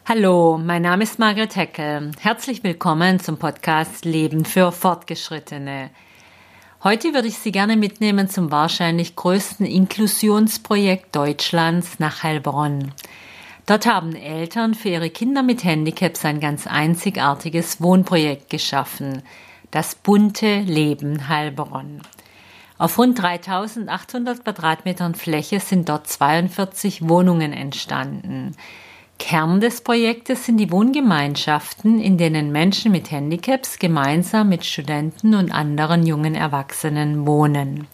Hallo, mein Name ist Margret Heckel. Herzlich willkommen zum Podcast Leben für Fortgeschrittene. Heute würde ich Sie gerne mitnehmen zum wahrscheinlich größten Inklusionsprojekt Deutschlands nach Heilbronn. Dort haben Eltern für ihre Kinder mit Handicaps ein ganz einzigartiges Wohnprojekt geschaffen, das bunte Leben Heilbronn. Auf rund 3.800 Quadratmetern Fläche sind dort 42 Wohnungen entstanden. Kern des Projektes sind die Wohngemeinschaften, in denen Menschen mit Handicaps gemeinsam mit Studenten und anderen jungen Erwachsenen wohnen.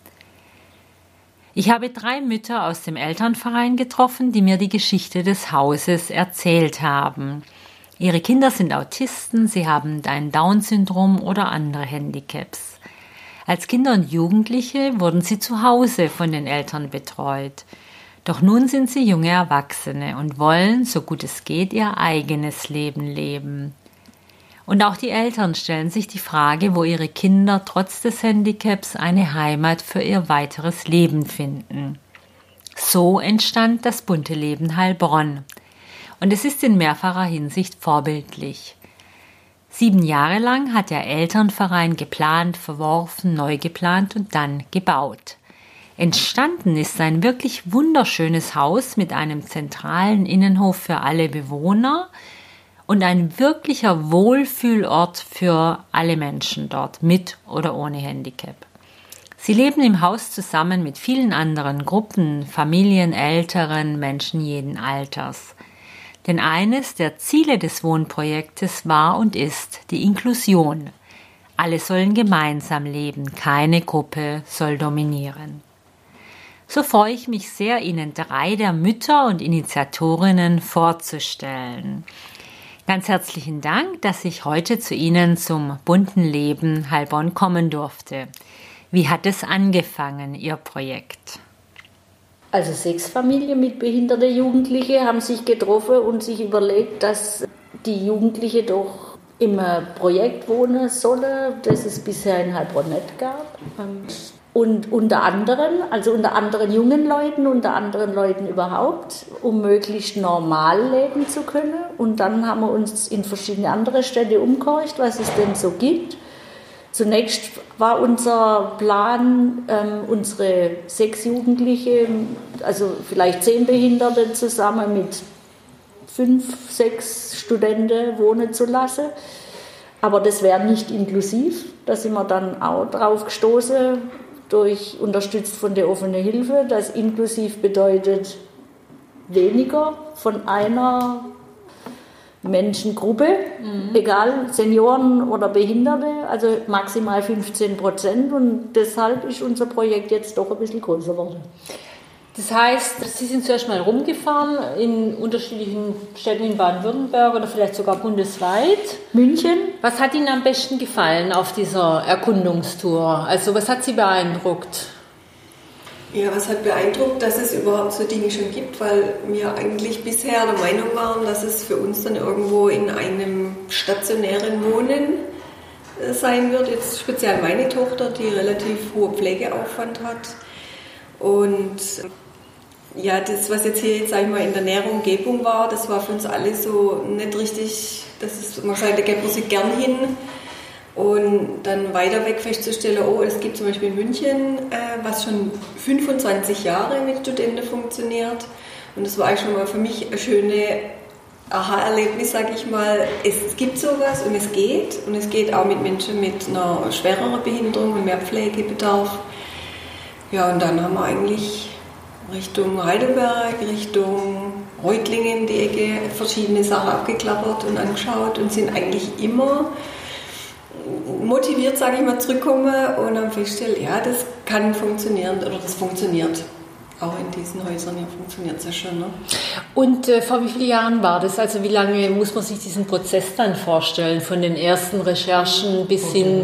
Ich habe 3 Mütter aus dem Elternverein getroffen, die mir die Geschichte des Hauses erzählt haben. Ihre Kinder sind Autisten, sie haben ein Down-Syndrom oder andere Handicaps. Als Kinder und Jugendliche wurden sie zu Hause von den Eltern betreut. Doch nun sind sie junge Erwachsene und wollen, so gut es geht, ihr eigenes Leben leben. Und auch die Eltern stellen sich die Frage, wo ihre Kinder trotz des Handicaps eine Heimat für ihr weiteres Leben finden. So entstand das bunte Leben Heilbronn. Und es ist in mehrfacher Hinsicht vorbildlich. 7 Jahre lang hat der Elternverein geplant, verworfen, neu geplant und dann gebaut. Entstanden ist ein wirklich wunderschönes Haus mit einem zentralen Innenhof für alle Bewohner und ein wirklicher Wohlfühlort für alle Menschen dort, mit oder ohne Handicap. Sie leben im Haus zusammen mit vielen anderen Gruppen, Familien, Älteren, Menschen jeden Alters. Denn eines der Ziele des Wohnprojektes war und ist die Inklusion. Alle sollen gemeinsam leben, keine Gruppe soll dominieren. So freue ich mich sehr, Ihnen 3 der Mütter und Initiatorinnen vorzustellen. Ganz herzlichen Dank, dass ich heute zu Ihnen zum bunten Leben Heilbronn kommen durfte. Wie hat es angefangen, Ihr Projekt? Also 6 Familien mit behinderten Jugendlichen haben sich getroffen und sich überlegt, dass die Jugendlichen doch im Projekt wohnen sollen, das es bisher in Heilbronn nicht gab. Und unter anderen jungen Leuten, unter anderen Leuten überhaupt, um möglichst normal leben zu können. Und dann haben wir uns in verschiedene andere Städte umgehorcht, was es denn so gibt. Zunächst war unser Plan, unsere 6 Jugendliche, also vielleicht 10 Behinderte zusammen mit 5, 6 Studenten wohnen zu lassen. Aber das wäre nicht inklusiv. Da sind wir dann auch drauf gestoßen, unterstützt von der offenen Hilfe, das inklusiv bedeutet weniger von einer Menschengruppe, egal Senioren oder Behinderte, also maximal 15%, und deshalb ist unser Projekt jetzt doch ein bisschen größer geworden. Das heißt, Sie sind zuerst mal rumgefahren in unterschiedlichen Städten in Baden-Württemberg oder vielleicht sogar bundesweit. München. Was hat Ihnen am besten gefallen auf dieser Erkundungstour? Also was hat Sie beeindruckt? Ja, was hat beeindruckt, dass es überhaupt so Dinge schon gibt, weil wir eigentlich bisher der Meinung waren, dass es für uns dann irgendwo in einem stationären Wohnen sein wird. Jetzt speziell meine Tochter, die relativ hohen Pflegeaufwand hat. Und ja, das, was jetzt hier, sag ich mal, in der näheren Umgebung war, das war für uns alle so nicht richtig, man sagt, da geht man sich gern hin. Und dann weiter weg festzustellen, oh, es gibt zum Beispiel in München, was schon 25 Jahre mit Studenten funktioniert. Und das war eigentlich schon mal für mich ein schönes Aha-Erlebnis, sage ich mal. Es gibt sowas und es geht. Und es geht auch mit Menschen mit einer schwereren Behinderung und mehr Pflegebedarf. Ja, und dann haben wir eigentlich Richtung Heidelberg, Richtung Reutlingen, die Ecke, verschiedene Sachen abgeklappert und angeschaut und sind eigentlich immer motiviert, sage ich mal, zurückgekommen und haben festgestellt, ja, das kann funktionieren oder das funktioniert. Auch in diesen Häusern hier funktioniert es ja schon. Ne? Und vor wie vielen Jahren war das? Also wie lange muss man sich diesen Prozess dann vorstellen, von den ersten Recherchen bis hin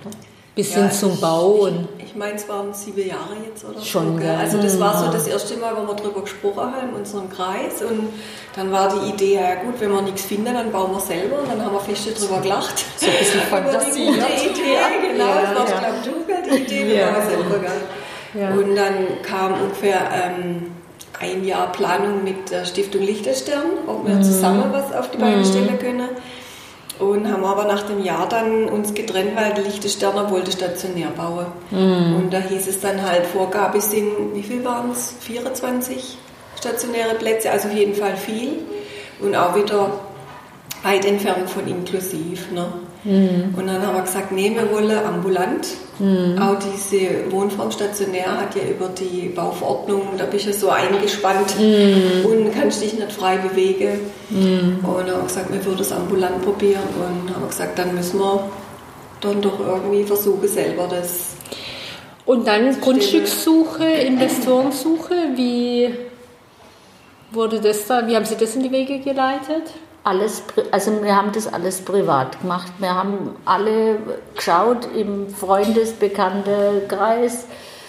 zum Bau? Ich meine, es waren 7 Jahre jetzt oder schon, so. Also das war so das erste Mal, wo wir darüber gesprochen haben in unserem Kreis. Und dann war die Idee, ja gut, wenn wir nichts finden, dann bauen wir selber. Und dann haben wir fest darüber gelacht. So ein bisschen Fantasie. Über die gute Idee, genau. Das war, glaube ich, die Idee, die haben wir selber gehabt. Ja. Und dann kam ungefähr ein Jahr Planung mit der Stiftung Lichterstern, ob wir zusammen was auf die Beine stellen können. Und haben aber nach dem Jahr dann uns getrennt, weil die Lichtersterner wollte stationär bauen. Und da hieß es dann halt, Vorgabe sind, wie viel waren es? 24 stationäre Plätze, also auf jeden Fall viel. Und auch wieder weit entfernt von inklusiv. Ne? Und dann haben wir gesagt, nee, wir wollen ambulant. Auch diese Wohnform stationär hat ja über die Bauverordnung, da bist du so eingespannt und kannst dich nicht frei bewegen. Und dann haben wir gesagt, wir würden es ambulant probieren. Und haben wir gesagt, dann müssen wir dann doch irgendwie versuchen, selber das. Und dann Grundstückssuche, Investorensuche, wie wurde das da, wie haben Sie das in die Wege geleitet? Also wir haben das alles privat gemacht. Wir haben alle geschaut im Freundesbekanntenkreis.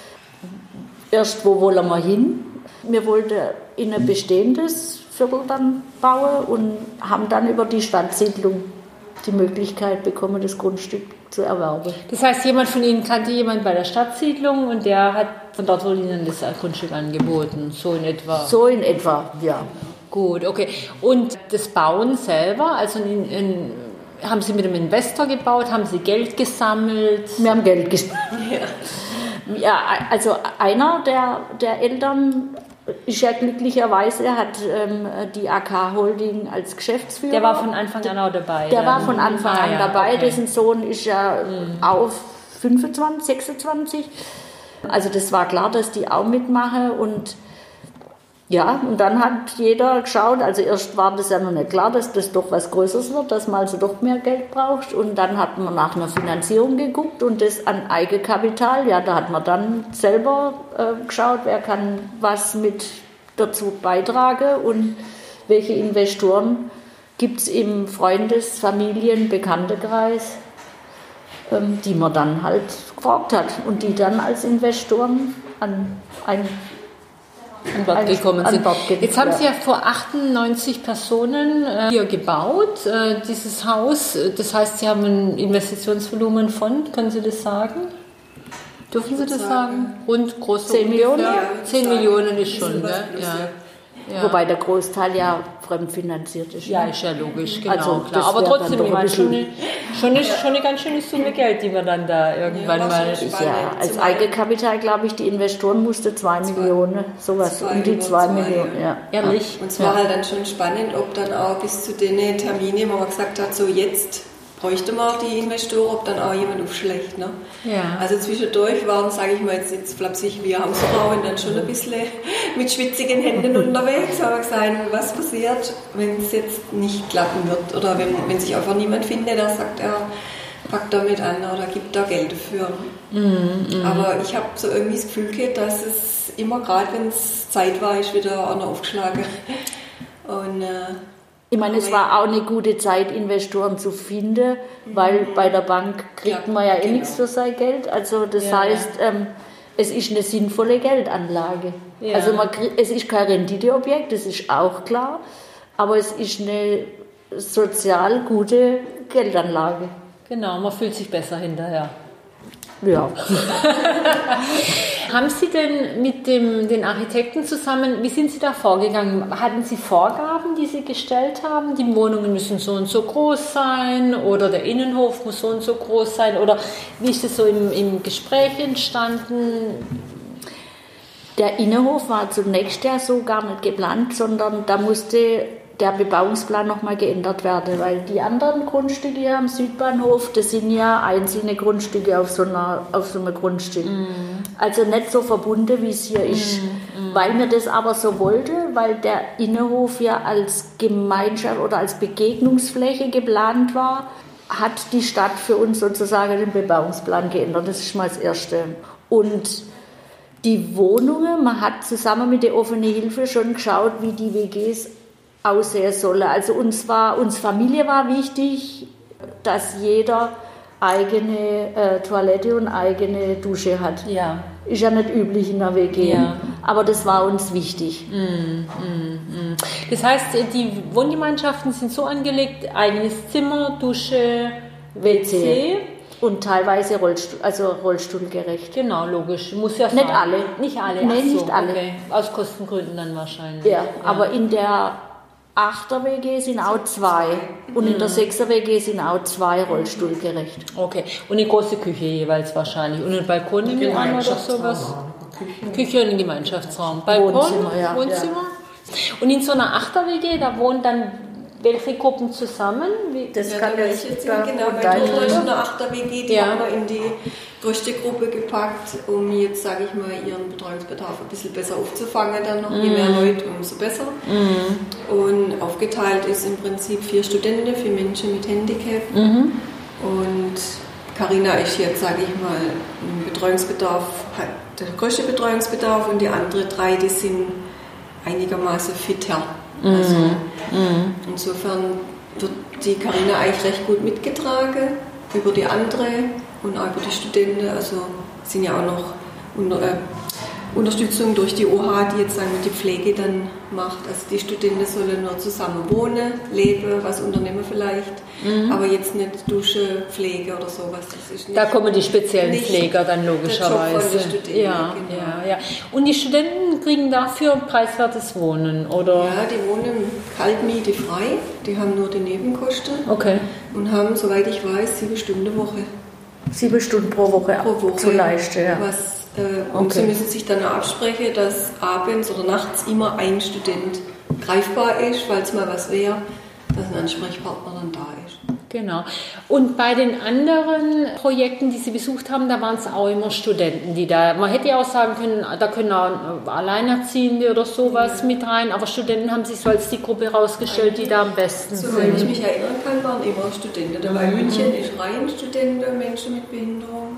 Erst, wo wollen wir hin? Wir wollten in ein bestehendes Viertel dann bauen und haben dann über die Stadtsiedlung die Möglichkeit bekommen, das Grundstück zu erwerben. Das heißt, jemand von Ihnen kannte jemand bei der Stadtsiedlung und der hat von dort wohl Ihnen das Grundstück angeboten, so in etwa? So in etwa, ja. Gut, okay. Und das Bauen selber, also haben Sie mit einem Investor gebaut, haben Sie Geld gesammelt? Wir haben Geld gesammelt. Ja, also einer der Eltern ist ja glücklicherweise, hat die AK Holding als Geschäftsführer. Der war von Anfang an auch dabei? Der war von Anfang an dabei. Okay. Dessen Sohn ist ja auf 25, 26. Also das war klar, dass die auch mitmachen und ja, und dann hat jeder geschaut, also erst war das ja noch nicht klar, dass das doch was Größeres wird, dass man also doch mehr Geld braucht und dann hat man nach einer Finanzierung geguckt und das an Eigenkapital, ja, da hat man dann selber geschaut, wer kann was mit dazu beitragen und welche Investoren gibt es im Freundes-, Familien-, Bekanntenkreis, die man dann halt gefragt hat und die dann als Investoren an Bord gekommen sind. Jetzt haben Sie ja vor 98 Personen hier gebaut, dieses Haus. Das heißt, Sie haben ein Investitionsvolumen von, können Sie das sagen? Dürfen Sie das sagen? Rund groß 10 Millionen? Ja, 10 Millionen ist schon, gell? Ja. Wobei der Großteil ja fremdfinanziert ist. Ja, ist ja logisch, genau, also, klar. Aber trotzdem, ich meine, schon eine ganz schöne Summe Geld, die man dann da irgendwann mal... Ja, als Eigenkapital, glaube ich, die Investoren mussten 2 Millionen, sowas, um die 2 Millionen. Ja. Ehrlich? Und es war halt dann schon spannend, ob dann auch bis zu den Terminen, wo man gesagt hat, so jetzt bräuchte man die Investoren, ob dann auch jemand aufschlägt. Ne? Ja. Also zwischendurch waren, sage ich mal jetzt flapsig, wir Hausfrauen dann schon ein bisschen mit schwitzigen Händen unterwegs, aber gesagt, was passiert, wenn es jetzt nicht klappen wird oder wenn sich einfach niemand findet, der sagt, er packt damit an oder gibt da Geld dafür. Aber ich habe so irgendwie das Gefühl gehabt, dass es immer, gerade wenn es Zeit war, ist wieder einer aufgeschlagen. Und ich meine, es war auch eine gute Zeit, Investoren zu finden, weil bei der Bank kriegt man ja nichts für sein Geld. Also das heißt, es ist eine sinnvolle Geldanlage. Ja. Also es ist kein Renditeobjekt, das ist auch klar, aber es ist eine sozial gute Geldanlage. Genau, man fühlt sich besser hinterher. Ja. Haben Sie denn mit den Architekten zusammen, wie sind Sie da vorgegangen? Hatten Sie Vorgaben, die Sie gestellt haben? Die Wohnungen müssen so und so groß sein oder der Innenhof muss so und so groß sein? Oder wie ist das so im Gespräch entstanden? Der Innenhof war zunächst ja so gar nicht geplant, sondern da musste der Bebauungsplan nochmal geändert werden, weil die anderen Grundstücke hier am Südbahnhof, das sind ja einzelne Grundstücke auf so einem Grundstück. Also nicht so verbunden, wie es hier ist. Weil wir das aber so wollten, weil der Innenhof ja als Gemeinschaft oder als Begegnungsfläche geplant war, hat die Stadt für uns sozusagen den Bebauungsplan geändert. Das ist mal das Erste. Und die Wohnungen, man hat zusammen mit der offenen Hilfe schon geschaut, wie die WGs aussehen sollen. Also uns Familie war wichtig, dass jeder eigene Toilette und eigene Dusche hat. Ja. Ist ja nicht üblich in der WG, aber das war uns wichtig. Das heißt, die Wohngemeinschaften sind so angelegt, eigenes Zimmer, Dusche, WC. Und teilweise rollstuhlgerecht. Genau, logisch. Muss ja sein. Nicht alle. Nicht alle. Nee, Ach so, nicht alle. Okay. Aus Kostengründen dann wahrscheinlich. Ja, aber in der 8er WG sind auch 2 und in der 6er WG sind auch 2 rollstuhlgerecht. Okay. Und eine große Küche jeweils wahrscheinlich. Und ein Balkon in die oder sowas? Küche und ein Gemeinschaftsraum. Balkon, Wohnzimmer, ja. Wohnzimmer. Und in so einer 8er WG, da wohnen dann welche Gruppen zusammen? Das kann ja jetzt genau, bei Tochter ist eine 8er WG, die haben wir in die größte Gruppe gepackt, um jetzt, sage ich mal, ihren Betreuungsbedarf ein bisschen besser aufzufangen dann noch. Je mehr Leute, umso besser. Und aufgeteilt ist im Prinzip 4 Studenten für Menschen mit Handicap. Und Carina ist jetzt, sage ich mal, im Betreuungsbedarf, hat der größte Betreuungsbedarf und die anderen 3, die sind einigermaßen fitter. Also insofern wird die Carina eigentlich recht gut mitgetragen über die andere und auch über die Studenten. Also sind ja auch noch Unterstützung durch die OH, die jetzt sagen wir, die Pflege dann macht. Also die Studenten sollen nur zusammen wohnen, leben, was unternehmen vielleicht, aber jetzt nicht Dusche, Pflege oder sowas. Das ist nicht, da kommen die speziellen Pfleger dann logischerweise. Der Job von den Studenten, ja, genau. ja. Und die Studenten kriegen dafür preiswertes Wohnen, oder? Ja, die wohnen Kaltmiete frei, die haben nur die Nebenkosten und haben, soweit ich weiß, 7 Stunden Woche. 7 Stunden pro Woche zu leisten, ja. Und sie müssen sich dann absprechen, dass abends oder nachts immer ein Student greifbar ist, falls mal was wäre, dass ein Ansprechpartner dann da ist. Genau. Und bei den anderen Projekten, die Sie besucht haben, da waren es auch immer Studenten, die da, man hätte ja auch sagen können, da können auch Alleinerziehende oder sowas mit rein, aber Studenten haben sich so als die Gruppe herausgestellt, die da am besten sind. Soweit ich mich erinnern kann, waren immer Studenten dabei. München ist rein Studenten, Menschen mit Behinderung.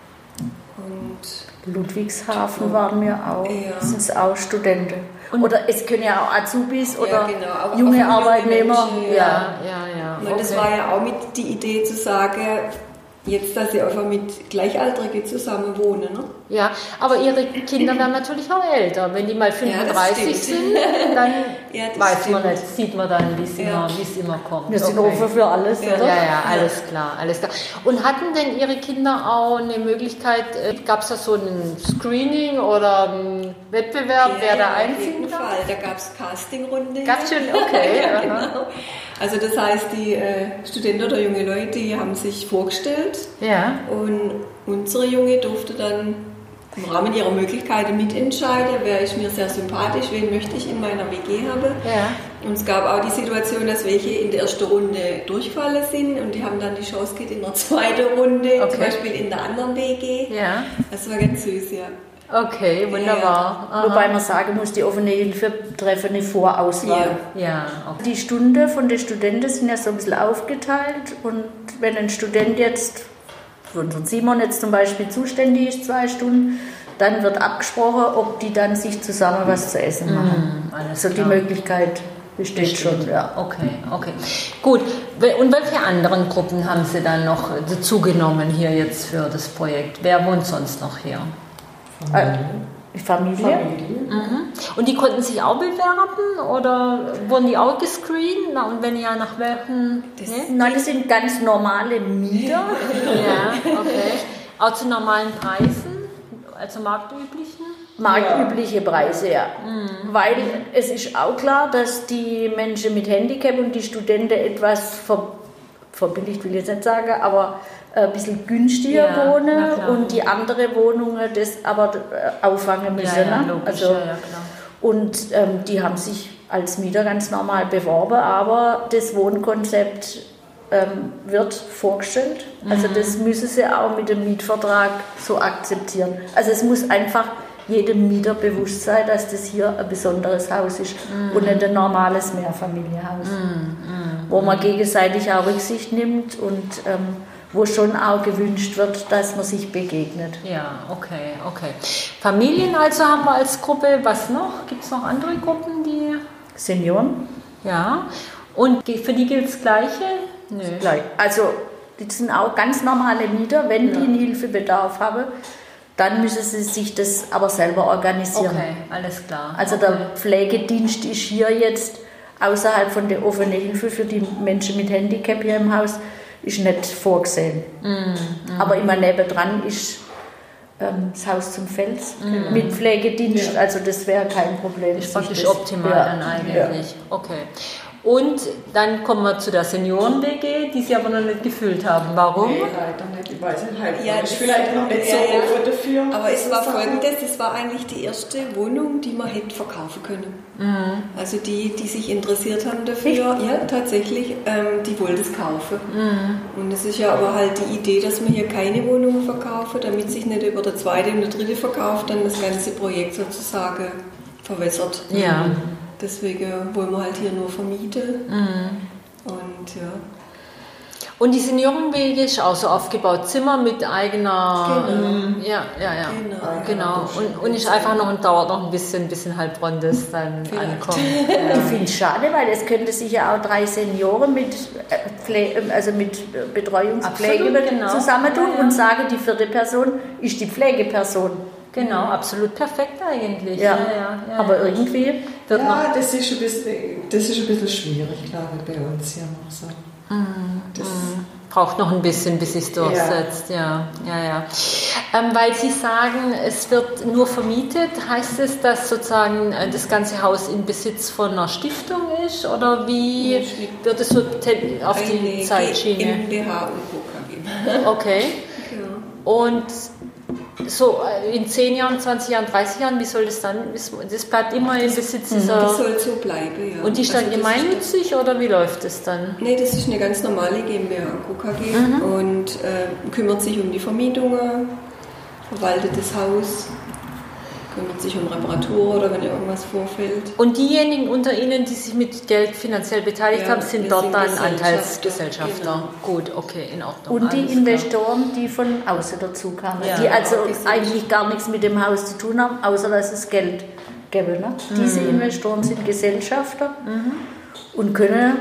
Und Ludwigshafen waren wir auch, sind es auch Studenten. Oder es können ja auch Azubis oder junge Arbeitnehmer. Menschen, ja. Und das war ja auch mit die Idee zu sagen, jetzt, dass sie einfach mit Gleichaltrigen zusammen wohnen. Ne? Ja, aber ihre Kinder werden natürlich auch älter. Wenn die mal 35 sind, dann weiß man nicht, sieht man dann, wie es immer kommt. Wir sind offen für alles, oder? Ja, alles klar. Und hatten denn Ihre Kinder auch eine Möglichkeit, gab es da so ein Screening oder einen Wettbewerb, wer da einziehen kann? Auf jeden Fall, da gab es Castingrunde. Ganz schön, okay. Genau. Also das heißt, die Studenten oder junge Leute, die haben sich vorgestellt und unsere Junge durfte dann im Rahmen ihrer Möglichkeiten mitentscheiden, wer ist mir sehr sympathisch, wen möchte ich in meiner WG haben. Ja. Und es gab auch die Situation, dass welche in der ersten Runde durchgefallen sind und die haben dann die Chance gehabt in der zweiten Runde, zum Beispiel in der anderen WG. Ja. Das war ganz süß, ja. Okay, wunderbar. Ja. Wobei man sagen muss, die offene Hilfe treffen eine Vorauswahl. Ja. Okay. Die Stunde von den Studenten sind ja so ein bisschen aufgeteilt und wenn ein Student jetzt, für unseren Simon jetzt zum Beispiel zuständig ist, 2 Stunden, dann wird abgesprochen, ob die dann sich zusammen was zu essen machen. Also die Möglichkeit besteht schon, ja. Okay. Gut. Und welche anderen Gruppen haben Sie dann noch dazugenommen hier jetzt für das Projekt? Wer wohnt sonst noch hier? Familie. Und die konnten sich auch bewerben oder wurden die auch gescreent? Und wenn ja, nach welchen? Nein, das sind ganz normale Mieter. Ja, okay. Auch zu normalen Preisen, also marktüblichen? Marktübliche Preise, ja. Weil es ist auch klar, dass die Menschen mit Handicap und die Studenten etwas verbilligt, will ich jetzt nicht sagen, aber ein bisschen günstiger wohnen und die andere Wohnungen das aber auffangen müssen. Logisch, klar. Und die haben sich als Mieter ganz normal beworben, aber das Wohnkonzept wird vorgestellt. Also das müssen sie auch mit dem Mietvertrag so akzeptieren. Also es muss einfach jedem Mieter bewusst sein, dass das hier ein besonderes Haus ist und nicht ein normales Mehrfamilienhaus, wo man gegenseitig auch Rücksicht nimmt und wo schon auch gewünscht wird, dass man sich begegnet. Ja, okay. Familien also haben wir als Gruppe. Was noch? Gibt es noch andere Gruppen, die... Senioren? Ja. Und für die gilt das Gleiche? Nö. Also die sind auch ganz normale Mieter. Wenn die einen Hilfebedarf haben, dann müssen sie sich das aber selber organisieren. Okay, alles klar. Also der Pflegedienst ist hier jetzt außerhalb von der offenen Hilfe für die Menschen mit Handicap hier im Haus, ist nicht vorgesehen. Aber immer nebendran ist das Haus zum Fels mit Pflegedienst, also das wäre kein Problem. Ist praktisch optimal dann eigentlich. Ja. Okay. Und dann kommen wir zu der Senioren-WG, die Sie aber noch nicht gefüllt haben. Warum? Nee, leider nicht. Ich weiß nicht, halt ist vielleicht noch nicht so offen dafür. Aber es war Folgendes, das war eigentlich die erste Wohnung, die man hätte verkaufen können. Also die sich interessiert haben dafür, ja tatsächlich, die wollten es kaufen. Und es ist ja aber halt die Idee, dass man hier keine Wohnungen verkaufen, damit sich nicht über der zweite und der dritte Verkauf dann das ganze Projekt sozusagen verwässert. Ja. Deswegen wollen wir halt hier nur vermieten. Und ja. Und die Seniorenwege ist auch so aufgebaut, Zimmer mit eigener... Genau. Und ist einfach dauert noch ein bisschen halt Rondes dann ankommen. Ich finde es schade, weil es könnte sich ja auch 3 Senioren mit Betreuungspflege zusammentun und sagen, die 4. Person ist die Pflegeperson. Genau, absolut perfekt eigentlich. Ja. Aber irgendwie wird noch... Das ist ein bisschen schwierig, glaube ich, bei uns hier noch so. Das braucht noch ein bisschen, bis es sich durchsetzt. Ja. Weil Sie sagen, es wird nur vermietet, heißt es, dass sozusagen das ganze Haus in Besitz von einer Stiftung ist? Oder wie wird es so auf die Zeitschiene? GmbH und KG. Okay. Und so in 10 Jahren, 20 Jahren, 30 Jahren, wie soll das dann? Das bleibt immer im Besitz dieser... Das soll so bleiben, ja. Und die ist dann gemeinnützig oder wie läuft das dann? Nee, das ist eine ganz normale GmbH und KG und kümmert sich um die Vermietungen, verwaltet das Haus, kümmert sich um Reparatur oder wenn irgendwas vorfällt. Und diejenigen unter Ihnen, die sich mit Geld finanziell beteiligt haben, sind dort dann Anteilsgesellschafter. Genau. Gut, okay, in Ordnung. Und die Investoren, die von außen dazu kamen, die also eigentlich gar nichts mit dem Haus zu tun haben, außer dass es Geld gäbe. Ne? Diese Investoren sind Gesellschafter und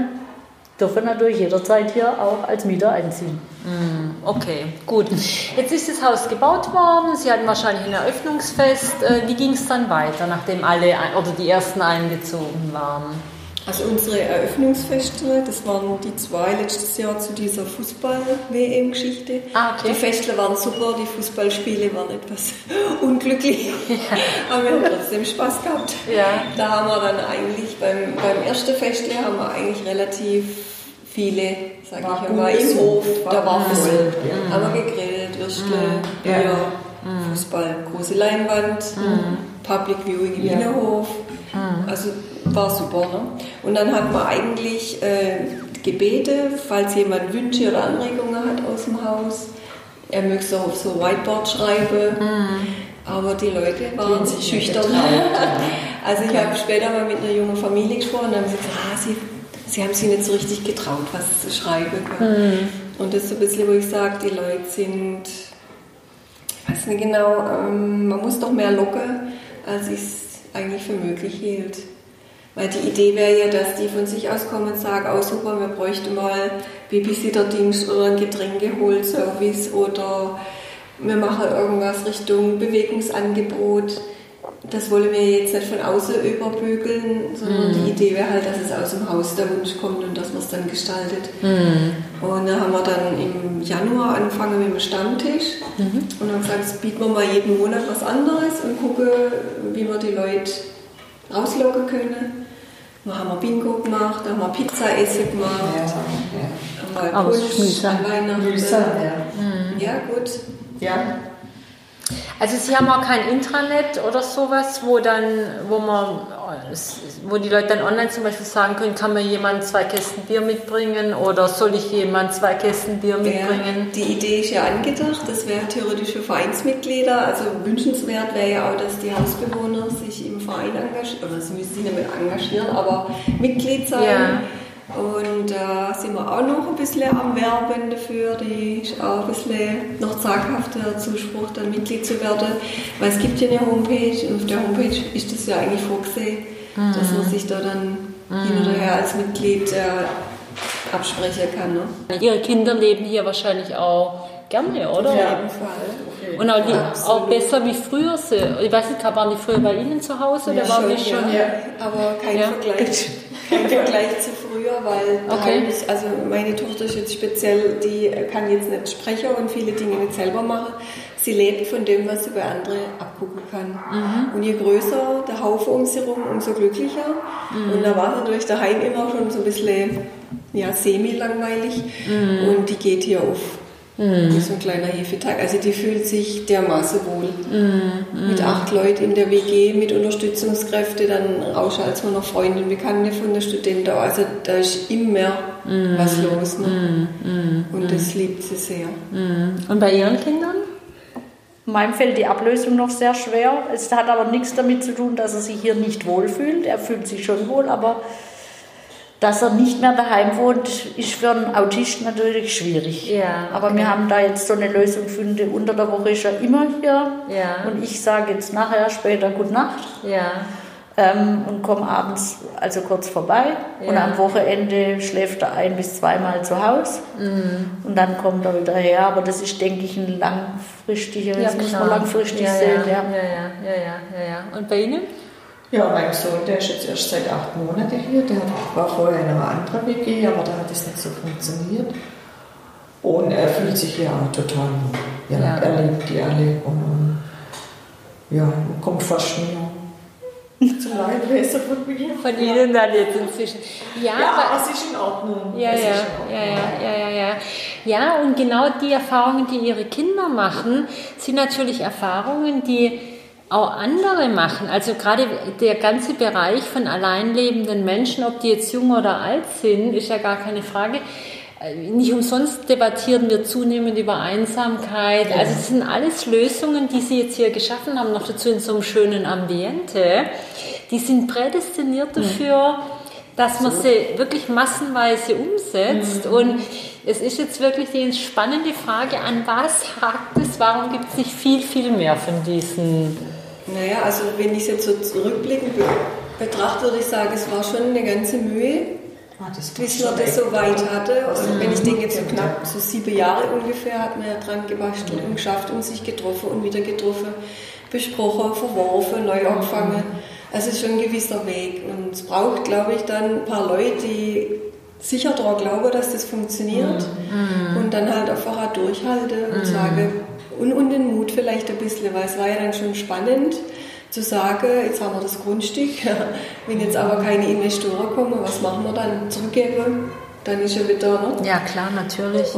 dürfen natürlich jederzeit hier auch als Mieter einziehen. Okay, gut. Jetzt ist das Haus gebaut worden, Sie hatten wahrscheinlich ein Eröffnungsfest. Wie ging es dann weiter, nachdem alle oder die ersten eingezogen waren? Also unsere Eröffnungsfeste, das waren die 2 letztes Jahr zu dieser Fußball-WM-Geschichte. Okay. Die Feste waren super, die Fußballspiele waren etwas unglücklich, aber wir haben trotzdem Spaß gehabt. Ja. Da haben wir dann eigentlich beim ersten Festle haben wir eigentlich relativ viele, sage ich mal, im Hof, da war voll. Haben wir gegrillt, Würstle, Bier, Fußball, große Leinwand, Public Viewing im Innenhof. Also war super. Ne? Und dann hat man eigentlich Gebete, falls jemand Wünsche oder Anregungen hat aus dem Haus. Er möchte so auf so Whiteboard schreiben. Aber die Leute waren schüchtern. Also ich habe später mal mit einer jungen Familie gesprochen und haben gesagt, sie haben sich nicht so richtig getraut, was zu schreiben. Und das ist so ein bisschen, wo ich sage, die Leute sind, ich weiß nicht genau, man muss doch mehr locken, als ich es eigentlich für möglich hielt. Weil die Idee wäre ja, dass die von sich aus kommen und sagen, oh super, wir bräuchten mal Babysitter-Dienst oder ein Getränkeholservice oder wir machen irgendwas Richtung Bewegungsangebot. Das wollen wir jetzt nicht von außen überbügeln, sondern die Idee wäre halt, dass es aus dem Haus der Wunsch kommt und dass man es dann gestaltet. Und da haben wir dann im Januar angefangen mit dem Stammtisch und haben gesagt, jetzt bieten wir mal jeden Monat was anderes und gucken, wie wir die Leute rauslocken können. Da haben wir Bingo gemacht, da haben wir Pizza essen gemacht, haben wir Punsch an Weihnachten. Ja, gut. Ja. Also Sie haben auch kein Intranet oder sowas, wo die Leute dann online zum Beispiel sagen können, kann mir jemand 2 Kästen Bier mitbringen oder soll ich jemand 2 Kästen Bier mitbringen? Die Idee ist ja angedacht, das wäre theoretisch für Vereinsmitglieder, also wünschenswert wäre ja auch, dass die Hausbewohner sich im Verein engagieren, oder sie müssen sich nicht mehr engagieren, aber Mitglied sein. Ja. Und da sind wir auch noch ein bisschen am Werben dafür, die ist auch ein bisschen noch zaghafter Zuspruch, dann Mitglied zu werden, weil es gibt ja eine Homepage und auf der Homepage ist das ja eigentlich vorgesehen, dass man sich da dann hin oder her als Mitglied absprechen kann. Ne? Ihre Kinder leben hier wahrscheinlich auch gerne, oder? Auf jeden Fall. Und auch besser wie früher. Ich weiß nicht, waren die früher bei Ihnen zu Hause? Ja, oder waren schon, die schon? Ja. Aber kein Vergleich. im Vergleich zu früher, weil daheim ist, also meine Tochter ist jetzt speziell, die kann jetzt nicht sprechen und viele Dinge nicht selber machen. Sie lebt von dem, was sie bei anderen abgucken kann. Und je größer der Haufen um sie herum, umso glücklicher. Und da war natürlich daheim immer schon so ein bisschen semi-langweilig. Und die geht hier auf. Wie so ein kleiner Hefetag. Also die fühlt sich dermaßen wohl. Mit 8 Leuten in der WG, mit Unterstützungskräften, dann rausche als noch Freunde und Bekannte von der Studentin. Also da ist immer was los. Ne? Und das liebt sie sehr. Und bei Ihren Kindern? Meinem fällt die Ablösung noch sehr schwer. Es hat aber nichts damit zu tun, dass er sich hier nicht wohlfühlt. Er fühlt sich schon wohl, aber dass er nicht mehr daheim wohnt, ist für einen Autisten natürlich schwierig. Ja, aber wir haben da jetzt so eine Lösung gefunden. Unter der Woche ist er immer hier. Ja. Und ich sage jetzt nachher später Gute Nacht. Ja. Und komme abends also kurz vorbei. Ja. Und am Wochenende schläft er 1- bis 2-mal zu Hause. Und dann kommt er wieder her. Aber das ist, denke ich, ein langfristiges, das muss man langfristig sehen. Ja. Und bei Ihnen? Ja, mein Sohn, der ist jetzt erst seit 8 Monaten hier. Der war vorher in einer anderen WG, aber da hat es nicht so funktioniert. Und er fühlt sich hier auch total wohl. Ja. Er liebt die alle und kommt fast mehr zum Leidwesen von mir. Von Ihnen dann jetzt inzwischen. Ja, aber es ist in Ordnung. Ja, und genau die Erfahrungen, die Ihre Kinder machen, sind natürlich Erfahrungen, die auch andere machen. Also gerade der ganze Bereich von alleinlebenden Menschen, ob die jetzt jung oder alt sind, ist ja gar keine Frage. Nicht umsonst debattieren wir zunehmend über Einsamkeit. Ja. Also es sind alles Lösungen, die Sie jetzt hier geschaffen haben, noch dazu in so einem schönen Ambiente. Die sind prädestiniert dafür, dass man sie wirklich massenweise umsetzt. Und es ist jetzt wirklich die spannende Frage, an was hakt es? Warum gibt es nicht viel, viel mehr von diesen? Naja, also wenn ich es jetzt so zurückblickend betrachte, würde ich sagen, es war schon eine ganze Mühe, bis man das so weit hatte. Also wenn ich denke, jetzt so knapp so 7 Jahre ungefähr hat man ja dran gebastelt und geschafft und sich getroffen und wieder getroffen, besprochen, verworfen, neu angefangen. Also es ist schon ein gewisser Weg und es braucht, glaube ich, dann ein paar Leute, die sicher daran glauben, dass das funktioniert und dann halt einfach durchhalten und sagen, und den Mut vielleicht ein bisschen, weil es war ja dann schon spannend zu sagen, jetzt haben wir das Grundstück, wenn jetzt aber keine Investoren kommen, was machen wir dann? Zurückgeben? Dann ist ja wieder, ne? Ja, klar, natürlich.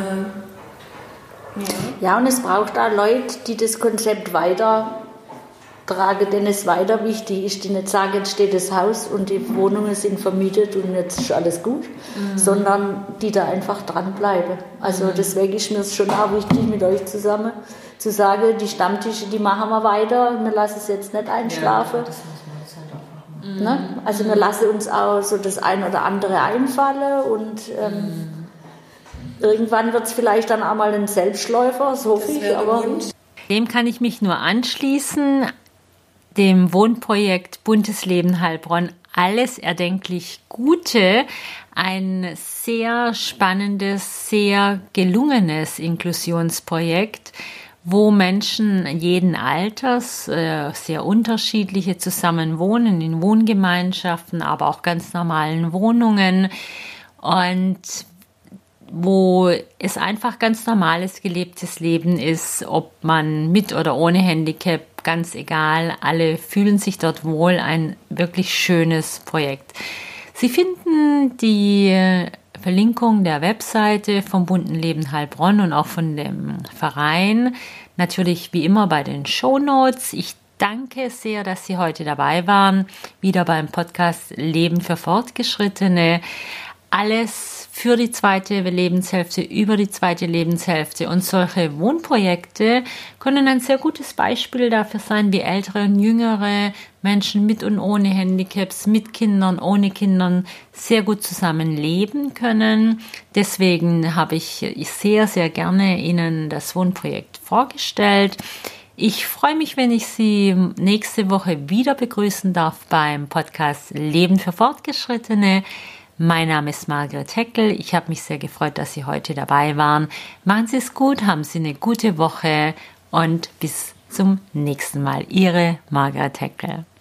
Ja, und es braucht auch Leute, die das Konzept weitertragen, denen es weiter wichtig ist, die nicht sagen, jetzt steht das Haus und die Wohnungen sind vermietet und jetzt ist alles gut, sondern die da einfach dranbleiben. Also deswegen ist mir es schon auch wichtig, mit euch zusammen zu sagen, die Stammtische, die machen wir weiter, wir lassen es jetzt nicht einschlafen. Ja, das muss man jetzt halt auch machen. Ne? Also wir lassen uns auch so das ein oder andere einfallen und irgendwann wird es vielleicht dann auch mal ein Selbstläufer, das hoffe ich. Aber dem kann ich mich nur anschließen, dem Wohnprojekt Buntes Leben Heilbronn alles erdenklich Gute, ein sehr spannendes, sehr gelungenes Inklusionsprojekt, wo Menschen jeden Alters, sehr unterschiedliche zusammen wohnen, in Wohngemeinschaften, aber auch ganz normalen Wohnungen und wo es einfach ganz normales gelebtes Leben ist, ob man mit oder ohne Handicap, ganz egal, alle fühlen sich dort wohl, ein wirklich schönes Projekt. Sie finden die Verlinkung der Webseite vom Bunten Leben Heilbronn und auch von dem Verein natürlich wie immer bei den Shownotes. Ich danke sehr, dass Sie heute dabei waren, wieder beim Podcast Leben für Fortgeschrittene. Alles für die zweite Lebenshälfte, über die zweite Lebenshälfte und solche Wohnprojekte können ein sehr gutes Beispiel dafür sein, wie ältere und jüngere Menschen mit und ohne Handicaps, mit Kindern, ohne Kindern sehr gut zusammen leben können. Deswegen habe ich sehr, sehr gerne Ihnen das Wohnprojekt vorgestellt. Ich freue mich, wenn ich Sie nächste Woche wieder begrüßen darf beim Podcast Leben für Fortgeschrittene. Mein Name ist Margret Heckel. Ich habe mich sehr gefreut, dass Sie heute dabei waren. Machen Sie es gut, haben Sie eine gute Woche und bis zum nächsten Mal. Ihre Margret Heckel.